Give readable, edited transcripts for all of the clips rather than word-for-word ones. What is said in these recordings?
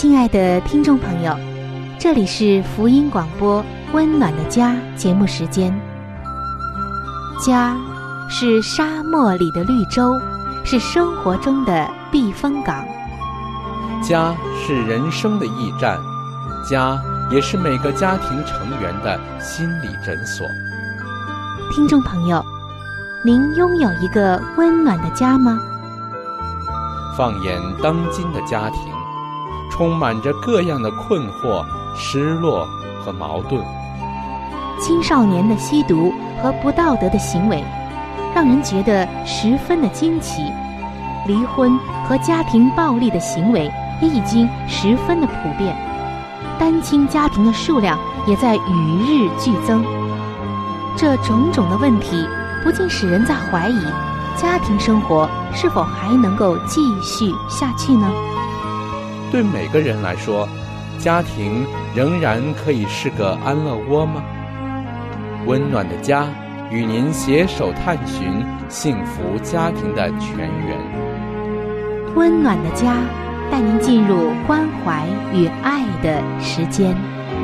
亲爱的听众朋友，这里是福音广播温暖的家节目时间。家是沙漠里的绿洲，是生活中的避风港。 家是人生的驿站，家也是每个家庭成员的心理诊所。 听众朋友，您拥有一个温暖的家吗？ 放眼当今的家庭，充满着各样的困惑、失落和矛盾。 青少年的吸毒和不道德的行为，让人觉得十分的惊奇。离婚和家庭暴力的行为也已经十分的普遍，单亲家庭的数量也在与日俱增。这种种的问题，不禁使人在怀疑，家庭生活是否还能够继续下去呢？ 对每个人来说，家庭仍然可以是个安乐窝吗？温暖的家与您携手探寻幸福家庭的全员。 温暖的家带您进入关怀与爱的时间。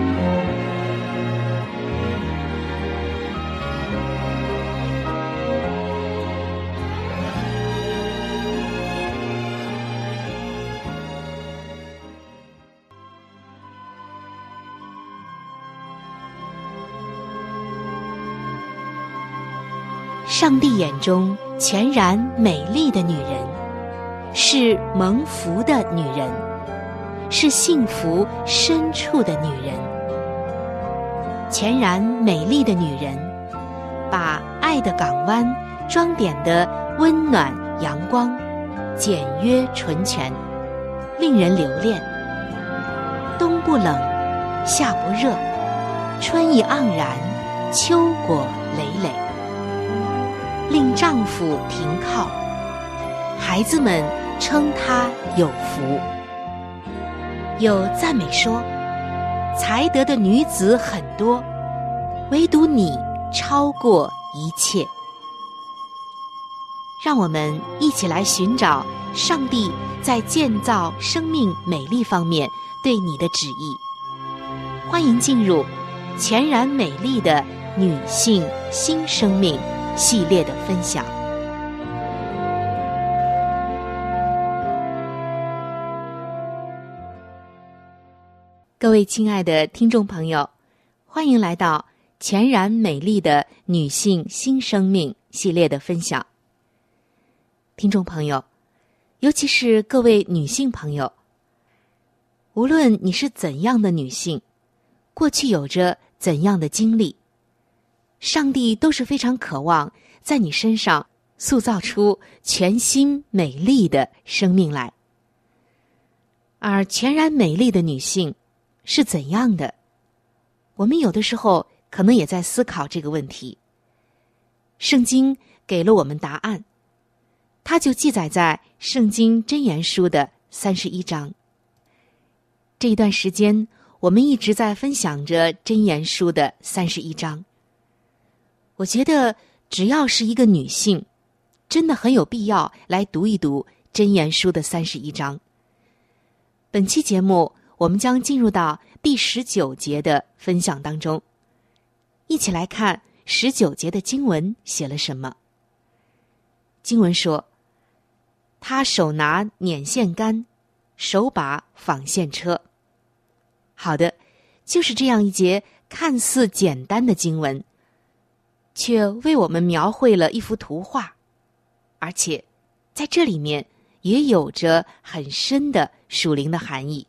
上帝眼中全然美丽的女人，是蒙福的女人，是幸福深处的女人。全然美丽的女人，把爱的港湾装点得温暖阳光，简约纯全，令人留恋。冬不冷，夏不热，春意盎然，秋果累累，令丈夫停靠，孩子们称她有福。有赞美说，才德的女子很多，唯独你超过一切。让我们一起来寻找上帝在建造生命美丽方面对你的旨意。欢迎进入全然美丽的女性新生命系列的分享。各位亲爱的听众朋友，欢迎来到全然美丽的女性新生命系列的分享。听众朋友，尤其是各位女性朋友，无论你是怎样的女性，过去有着怎样的经历，上帝都是非常渴望在你身上塑造出全新美丽的生命来。而全然美丽的女性是怎样的？我们有的时候可能也在思考这个问题。圣经给了我们答案，它就记载在圣经箴言书的31章。这一段时间，我们一直在分享着箴言书的31章。我觉得只要是一个女性，真的很有必要来读一读箴言书的31章。本期节目我们将进入到第19节的分享当中，一起来看19节的经文写了什么。经文说，他手拿捻线杆，手把纺线车。好的，就是这样一节看似简单的经文，却为我们描绘了一幅图画，而且在这里面也有着很深的属灵的含义。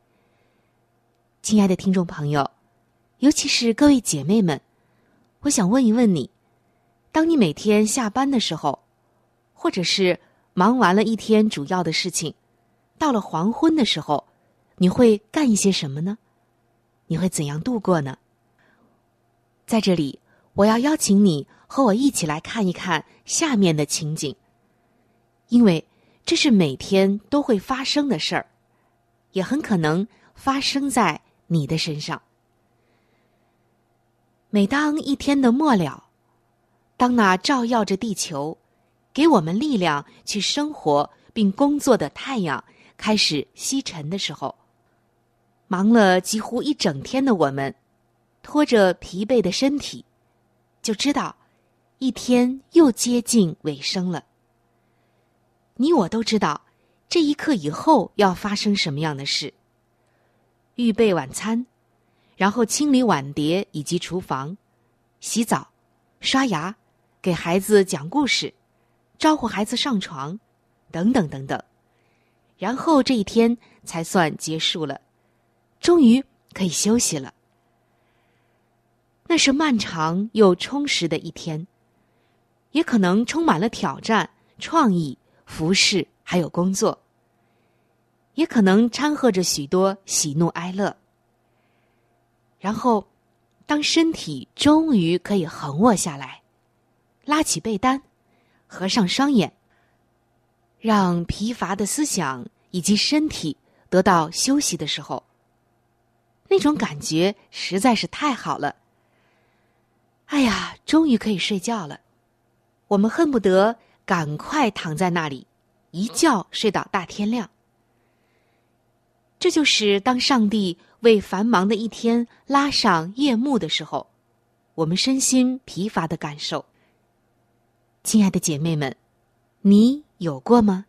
亲爱的听众朋友，尤其是各位姐妹们，我想问一问你，当你每天下班的时候，或者是忙完了一天主要的事情，到了黄昏的时候，你会干一些什么呢？你会怎样度过呢？在这里，我要邀请你和我一起来看一看下面的情景，因为这是每天都会发生的事儿，也很可能发生在你的身上。每当一天的末了，当那照耀着地球，给我们力量去生活并工作的太阳开始西沉的时候， 忙了几乎一整天的我们，拖着疲惫的身体，就知道一天又接近尾声了。你我都知道这一刻以后要发生什么样的事。预备晚餐，然后清理碗碟以及厨房，洗澡，刷牙，给孩子讲故事，招呼孩子上床，等等等等。然后这一天才算结束了，终于可以休息了。那是漫长又充实的一天，也可能充满了挑战、创意、服饰还有工作，也可能掺和着许多喜怒哀乐。然后当身体终于可以横卧下来，拉起被单，合上双眼，让疲乏的思想以及身体得到休息的时候，那种感觉实在是太好了。哎呀，终于可以睡觉了，我们恨不得赶快躺在那里，一觉睡到大天亮。这就是当上帝为繁忙的一天拉上夜幕的时候，我们身心疲乏的感受。亲爱的姐妹们，你有过吗？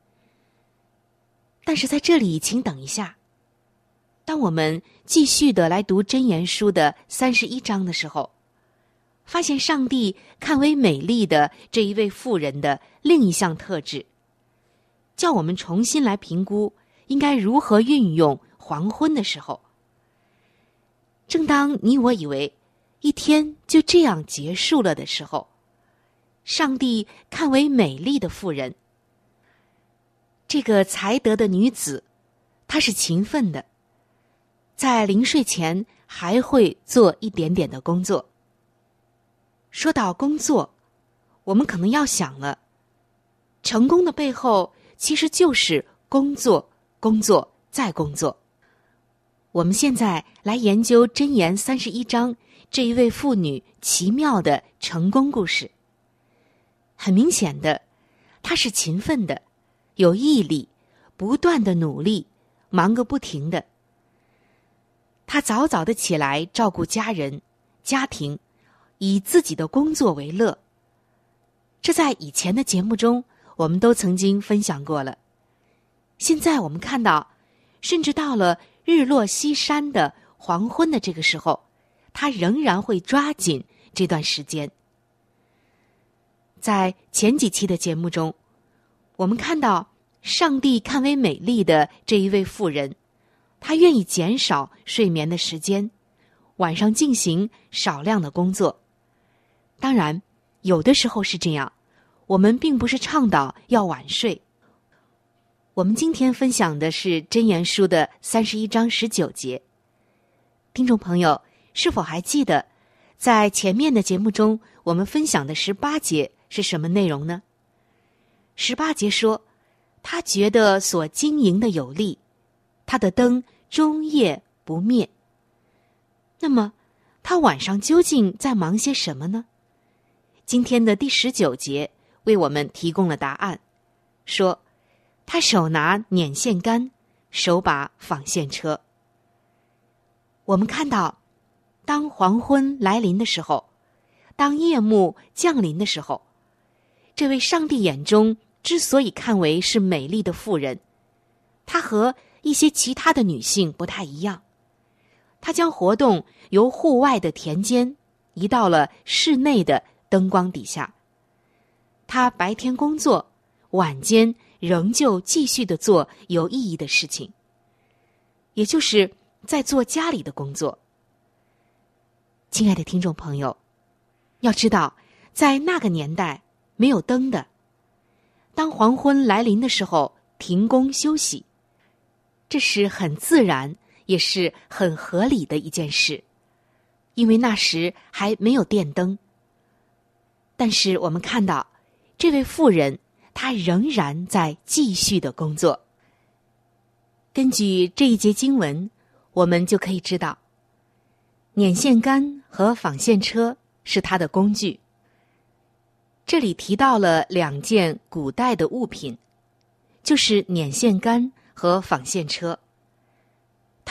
但是在这里请等一下，当我们继续的来读箴言书的31章的时候，发现上帝看为美丽的这一位妇人的另一项特质，叫我们重新来评估应该如何运用黄昏的时候。正当你我以为一天就这样结束了的时候，上帝看为美丽的妇人，这个才德的女子，她是勤奋的，在临睡前还会做一点点的工作。说到工作，我们可能要想了，成功的背后其实就是工作，工作再工作。我们现在来研究箴言31章这一位妇女奇妙的成功故事。很明显的，她是勤奋的，有毅力，不断的努力，忙个不停的。她早早的起来照顾家人、家庭，以自己的工作为乐。这在以前的节目中我们都曾经分享过了。现在我们看到，甚至到了日落西山的黄昏的这个时候，他仍然会抓紧这段时间。在前几期的节目中，我们看到上帝看为美丽的这一位妇人，她愿意减少睡眠的时间，晚上进行少量的工作。当然，有的时候是这样，我们并不是倡导要晚睡。我们今天分享的是箴言书的31章19节。听众朋友，是否还记得在前面的节目中我们分享的18节是什么内容呢？18节说，他觉得所经营的有利，他的灯终夜不灭。那么他晚上究竟在忙些什么呢？今天的第19节为我们提供了答案，说他手拿捻线杆，手把纺线车。我们看到，当黄昏来临的时候，当夜幕降临的时候，这位上帝眼中之所以看为是美丽的妇人，她和一些其他的女性不太一样。她将活动由户外的田间移到了室内的灯光底下。她白天工作，晚间仍旧继续的做有意义的事情，也就是在做家里的工作。亲爱的听众朋友，要知道，在那个年代没有灯的，当黄昏来临的时候停工休息，这是很自然也是很合理的一件事，因为那时还没有电灯。但是我们看到这位妇人，她仍然在继续的工作。根据这一节经文，我们就可以知道，捻线杆和纺线车是她的工具。这里提到了2件古代的物品，就是捻线杆和纺线车。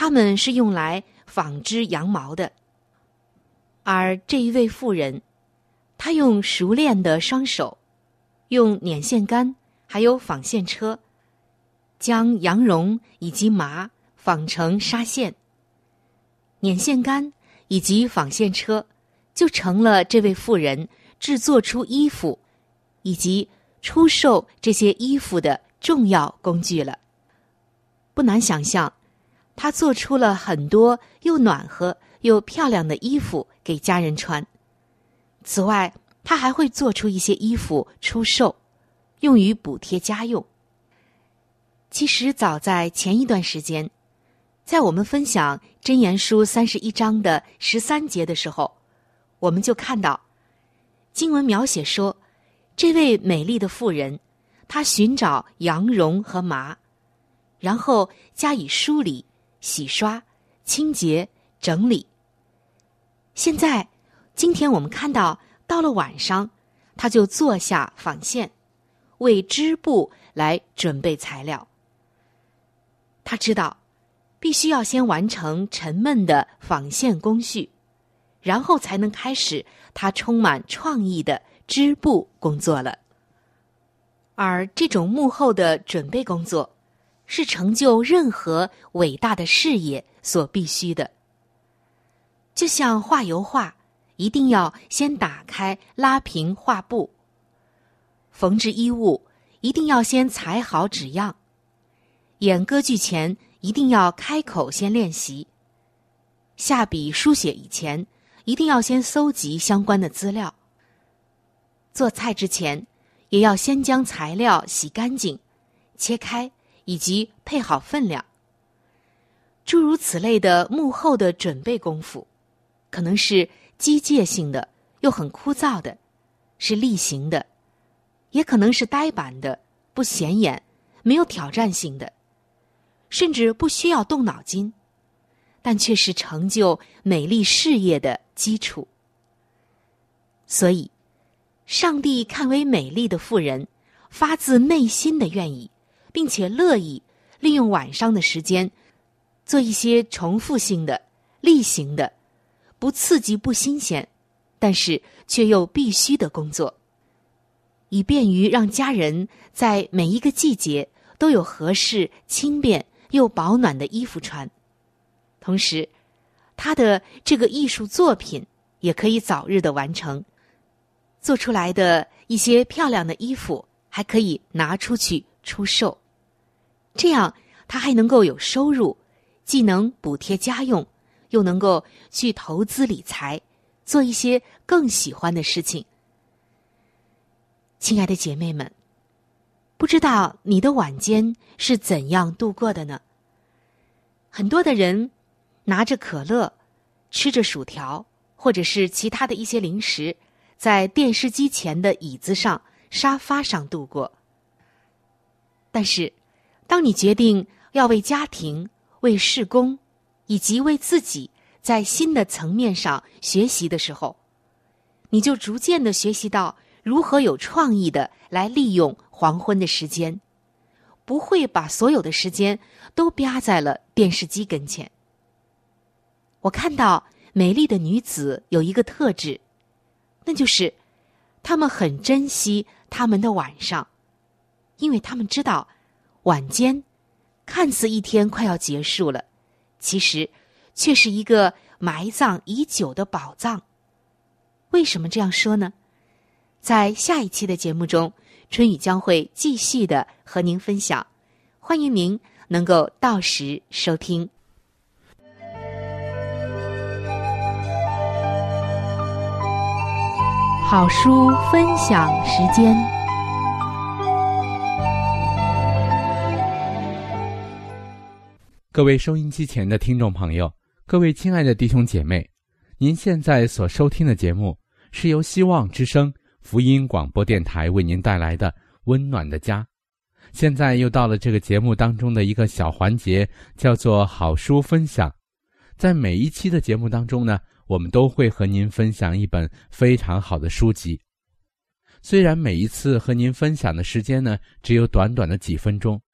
它们是用来纺织羊毛的。而这一位妇人，她用熟练的双手，用捻线杆还有纺线车，将羊绒以及麻纺成纱线。捻线杆以及纺线车就成了这位妇人制作出衣服以及出售这些衣服的重要工具了。不难想象，她做出了很多又暖和又漂亮的衣服给家人穿。此外，她还会做出一些衣服出售，用于补贴家用。其实早在前一段时间，在我们分享箴言书31章的13节的时候，我们就看到经文描写说，这位美丽的妇人，她寻找羊绒和麻，然后加以梳理、洗刷、清洁、整理。现在今天我们看到，到了晚上，她就坐下纺线，为织布来准备材料。她知道必须要先完成沉闷的纺线工序，然后才能开始她充满创意的织布工作了。而这种幕后的准备工作，是成就任何伟大的事业所必须的。就像画油画，一定要先打开拉平画布；缝制衣物，一定要先裁好纸样；演歌剧前，一定要开口先练习；下笔书写以前，一定要先搜集相关的资料；做菜之前，也要先将材料洗干净、切开，以及配好分量。诸如此类的幕后的准备功夫，可能是机械性的，又很枯燥的，是例行的，也可能是呆板的，不显眼，没有挑战性的，甚至不需要动脑筋，但却是成就美丽事业的基础。所以上帝看为美丽的妇人，发自内心的愿意并且乐意利用晚上的时间，做一些重复性的、例行的、不刺激不新鲜，但是却又必须的工作，以便于让家人在每一个季节都有合适、轻便又保暖的衣服穿。同时，他的这个艺术作品也可以早日的完成，做出来的一些漂亮的衣服还可以拿出去出售，这样他还能够有收入，既能补贴家用，又能够去投资理财，做一些更喜欢的事情。亲爱的姐妹们，不知道你的晚间是怎样度过的呢？很多的人拿着可乐，吃着薯条，或者是其他的一些零食，在电视机前的椅子上、沙发上度过。但是当你决定要为家庭、为事工以及为自己在新的层面上学习的时候，你就逐渐的学习到如何有创意的来利用黄昏的时间，不会把所有的时间都啪在了电视机跟前。我看到美丽的女子有一个特质，那就是她们很珍惜她们的晚上，因为她们知道晚间看似一天快要结束了，其实却是一个埋葬已久的宝藏。为什么这样说呢？在下一期的节目中，春雨将会继续的和您分享，欢迎您能够到时收听。好书分享时间。 各位收音机前的听众朋友，各位亲爱的弟兄姐妹，您现在所收听的节目是由希望之声福音广播电台为您带来的温暖的家。现在又到了这个节目当中的一个小环节，叫做好书分享。在每一期的节目当中呢，我们都会和您分享一本非常好的书籍。虽然每一次和您分享的时间呢只有短短的几分钟，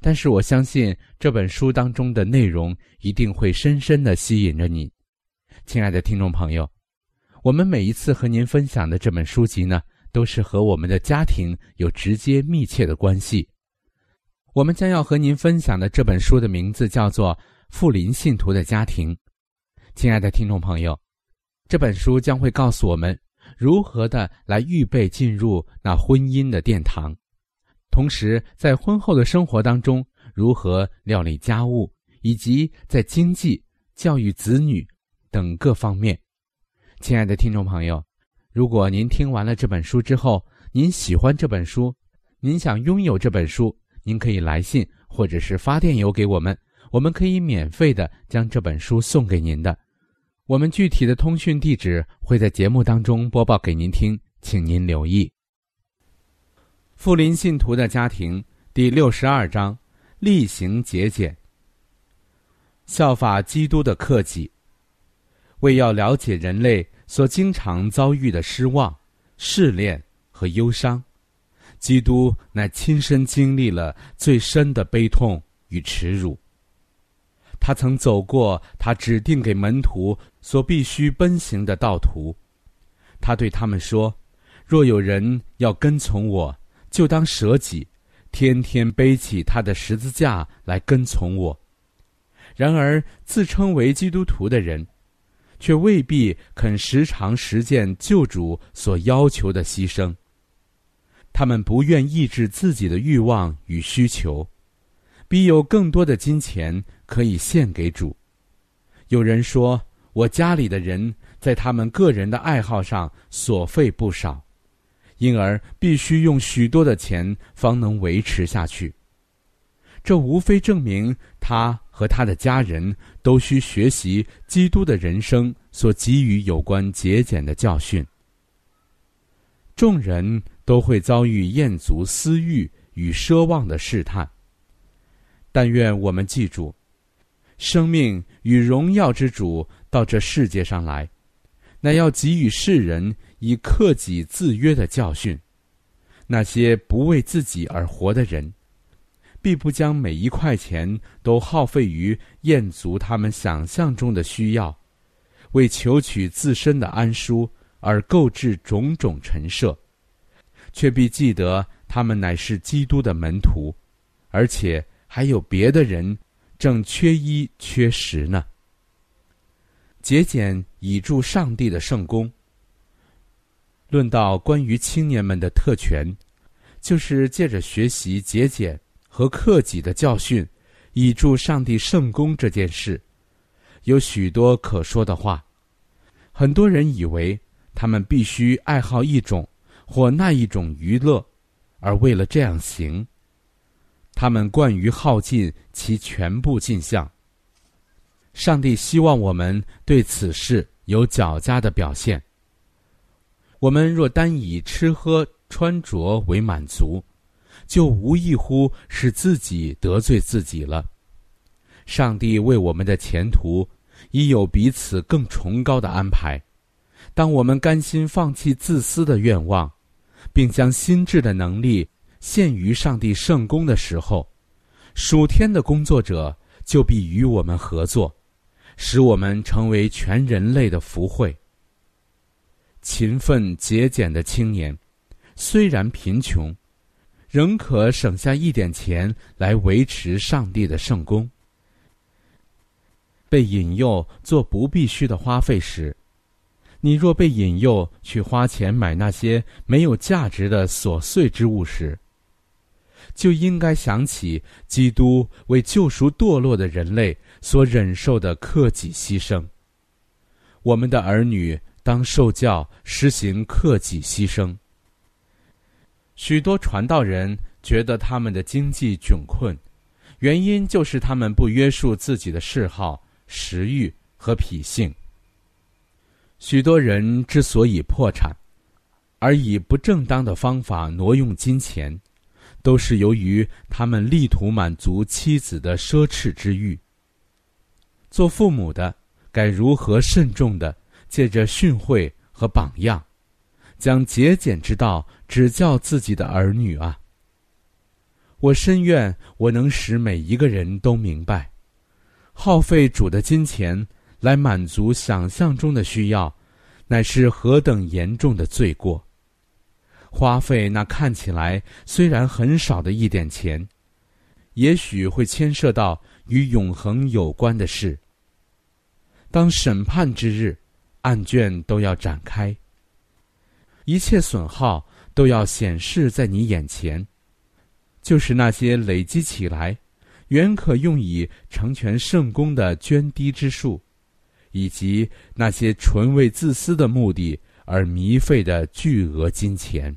但是我相信这本书当中的内容一定会深深地吸引着你。亲爱的听众朋友，我们每一次和您分享的这本书籍呢，都是和我们的家庭有直接密切的关系。我们将要和您分享的这本书的名字叫做《富林信徒的家庭》。亲爱的听众朋友，这本书将会告诉我们如何的来预备进入那婚姻的殿堂，同时在婚后的生活当中如何料理家务，以及在经济、教育子女等各方面。亲爱的听众朋友，如果您听完了这本书之后，您喜欢这本书，您想拥有这本书，您可以来信或者是发电邮给我们，我们可以免费的将这本书送给您的。我们具体的通讯地址会在节目当中播报给您听，请您留意。富林信徒的家庭第62章，厉行节俭。效法基督的克己。为要了解人类所经常遭遇的失望、试炼和忧伤，基督乃亲身经历了最深的悲痛与耻辱。他曾走过他指定给门徒所必须奔行的道途。他对他们说，若有人要跟从我，就当舍己，天天背起他的十字架来跟从我。然而自称为基督徒的人却未必肯时常实践救主所要求的牺牲。他们不愿抑制自己的欲望与需求，必有更多的金钱可以献给主。有人说，我家里的人在他们个人的爱好上所费不少，因而必须用许多的钱方能维持下去。这无非证明他和他的家人都需学习基督的人生所给予有关节俭的教训。众人都会遭遇厌足私欲与奢望的试探，但愿我们记住，生命与荣耀之主到这世界上来，乃要给予世人以克己自约的教训。那些不为自己而活的人，必不将每一块钱都耗费于厌足他们想象中的需要，为求取自身的安舒而购置种种陈设，却必记得他们乃是基督的门徒，而且还有别的人正缺衣缺食呢。节俭以助上帝的圣工。论到关于青年们的特权，就是借着学习节俭和克己的教训，以助上帝圣工这件事，有许多可说的话。很多人以为他们必须爱好一种或那一种娱乐，而为了这样行，他们惯于耗尽其全部进项。上帝希望我们对此事有较佳的表现。我们若单以吃喝穿着为满足，就无异乎使自己得罪自己了。上帝为我们的前途已有比此更崇高的安排。当我们甘心放弃自私的愿望，并将心智的能力献于上帝圣工的时候，属天的工作者就必与我们合作，使我们成为全人类的福惠。勤奋节俭的青年，虽然贫穷，仍可省下一点钱来维持上帝的圣工。被引诱做不必须的花费时，你若被引诱去花钱买那些没有价值的琐碎之物时，就应该想起基督为救赎堕落的人类所忍受的克己牺牲。我们的儿女当受教实行克己牺牲。许多传道人觉得他们的经济窘困，原因就是他们不约束自己的嗜好、食欲和脾性。许多人之所以破产，而以不正当的方法挪用金钱，都是由于他们力图满足妻子的奢侈之欲。做父母的该如何慎重地借着训诲和榜样，将节俭之道指教自己的儿女啊！ 我深愿我能使每一个人都明白，耗费主的金钱来满足想象中的需要，乃是何等严重的罪过。花费那看起来虽然很少的一点钱，也许会牵涉到与永恒有关的事。当审判之日，案卷都要展开，一切损耗都要显示在你眼前，就是那些累积起来原可用以成全圣功的涓滴之数，以及那些纯为自私的目的而糜费的巨额金钱。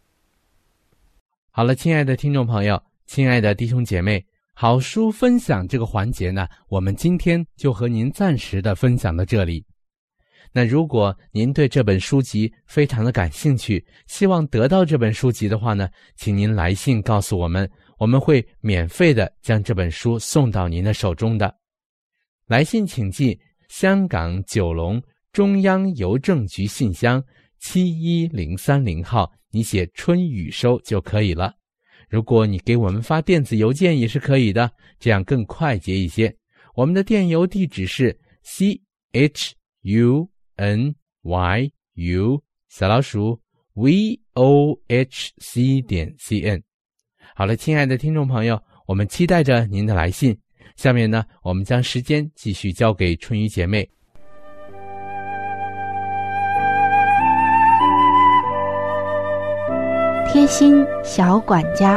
好了，亲爱的听众朋友，亲爱的弟兄姐妹，好书分享这个环节呢，我们今天就和您暂时的分享到这里。那如果您对这本书籍非常的感兴趣，希望得到这本书籍的话呢，请您来信告诉我们，我们会免费的将这本书送到您的手中的。来信请寄香港九龙中央邮政局信箱71030号，你写春雨收就可以了。如果你给我们发电子邮件也是可以的，这样更快捷一些。我们的电邮地址是 CHUNYU vohc.cn。 好了，亲爱的听众朋友，我们期待着您的来信。下面呢，我们将时间继续交给春雨姐妹。 贴心小管家。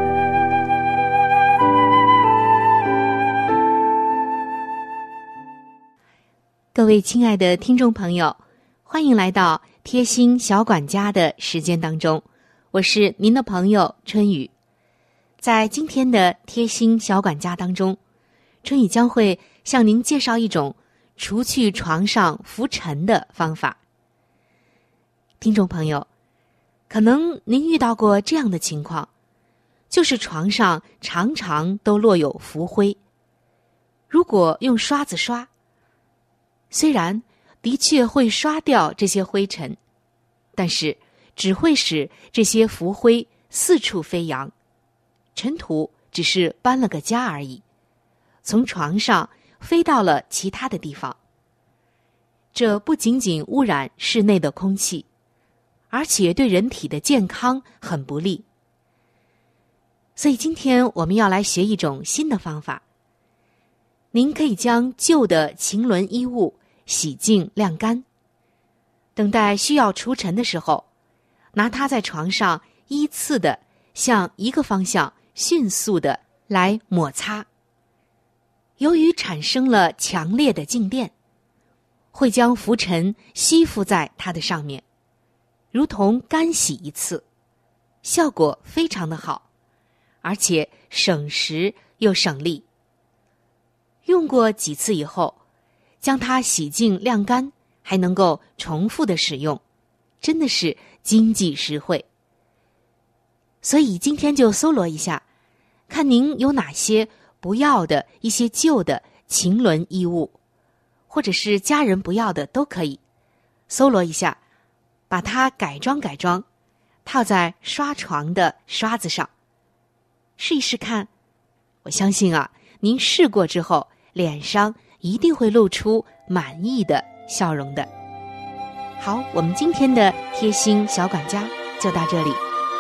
各位亲爱的听众朋友，欢迎来到贴心小管家的时间当中，我是您的朋友春雨。在今天的贴心小管家当中，春雨将会向您介绍一种除去床上浮尘的方法。听众朋友，可能您遇到过这样的情况，就是床上常常都落有浮灰。如果用刷子刷，虽然的确会刷掉这些灰尘，但是只会使这些浮灰四处飞扬，尘土只是搬了个家而已，从床上飞到了其他的地方。这不仅仅污染室内的空气，而且对人体的健康很不利。所以今天我们要来学一种新的方法。您可以将旧的晴纶衣物洗净晾干，等待需要除尘的时候，拿它在床上依次的向一个方向迅速的来摩擦。由于产生了强烈的静电，会将浮尘吸附在它的上面，如同干洗一次，效果非常的好，而且省时又省力。用过几次以后，将它洗净晾干，还能够重复的使用，真的是经济实惠。所以今天就搜罗一下，看您有哪些不要的一些旧的晴纶衣物，或者是家人不要的都可以，搜罗一下，把它改装，套在刷床的刷子上，试一试看。我相信啊，您试过之后，脸上一定会露出满意的笑容的。好，我们今天的贴心小管家就到这里。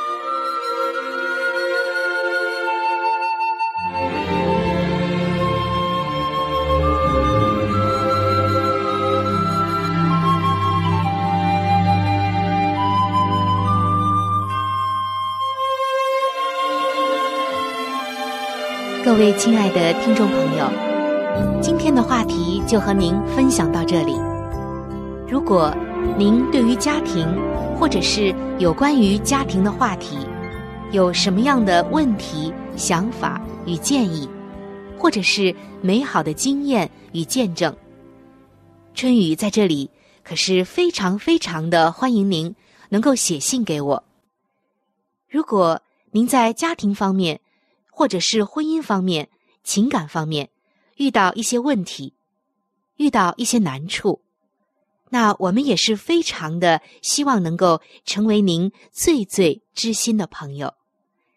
各位亲爱的听众朋友，今天的话题就和您分享到这里。如果您对于家庭，或者是有关于家庭的话题，有什么样的问题、想法与建议，或者是美好的经验与见证，春雨在这里可是非常非常的欢迎您能够写信给我。如果您在家庭方面，或者是婚姻方面、情感方面遇到一些问题，遇到一些难处，那我们也是非常的希望能够成为您最最知心的朋友。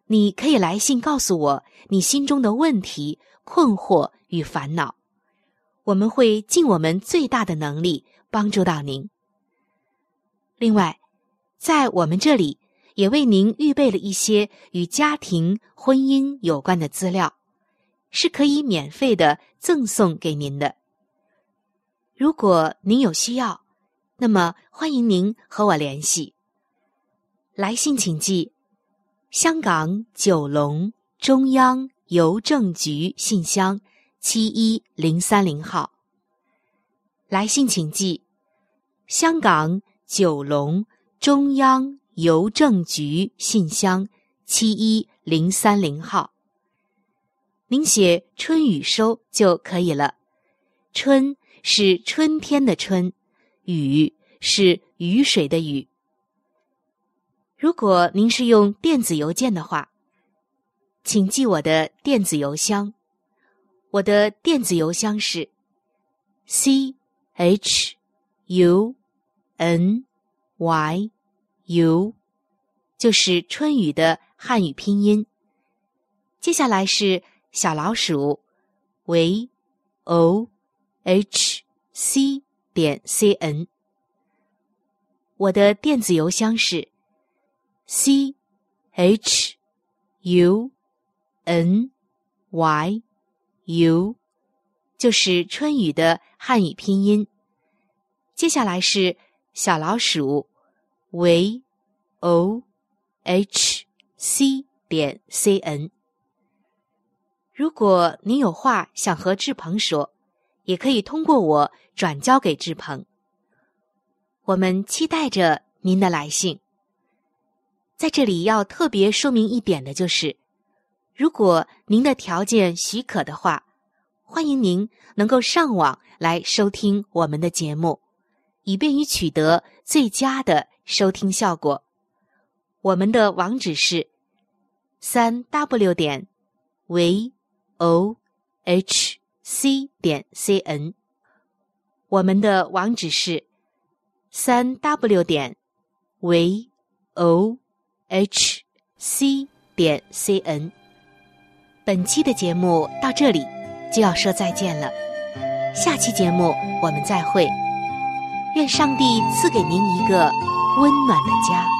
你可以来信告诉我你心中的问题、困惑与烦恼，我们会尽我们最大的能力帮助到您。另外，在我们这里也为您预备了一些与家庭、婚姻有关的资料，是可以免费的赠送给您的。如果您有需要，那么欢迎您和我联系。来信请寄香港九龙中央邮政局信箱71030号。来信请寄香港九龙中央邮政局信箱71030号。您写春雨收就可以了。春是春天的春，雨是雨水的雨。如果您是用电子邮件的话，请记我的电子邮箱。我的电子邮箱是 CHUNYU， 就是春雨的汉语拼音。接下来是小老鼠vohc.cn。 我的电子邮箱是 CHUNYU， 就是春雨的汉语拼音。接下来是小老鼠vohc.cn。 如果您有话想和志鹏说，也可以通过我转交给志鹏。我们期待着您的来信。在这里要特别说明一点的就是，如果您的条件许可的话，欢迎您能够上网来收听我们的节目，以便于取得最佳的收听效果。我们的网址是 3w.vohc.cn。 我们的网址是 3w.vohc.cn。 本期的节目到这里就要说再见了，下期节目我们再会。愿上帝赐给您一个温暖的家。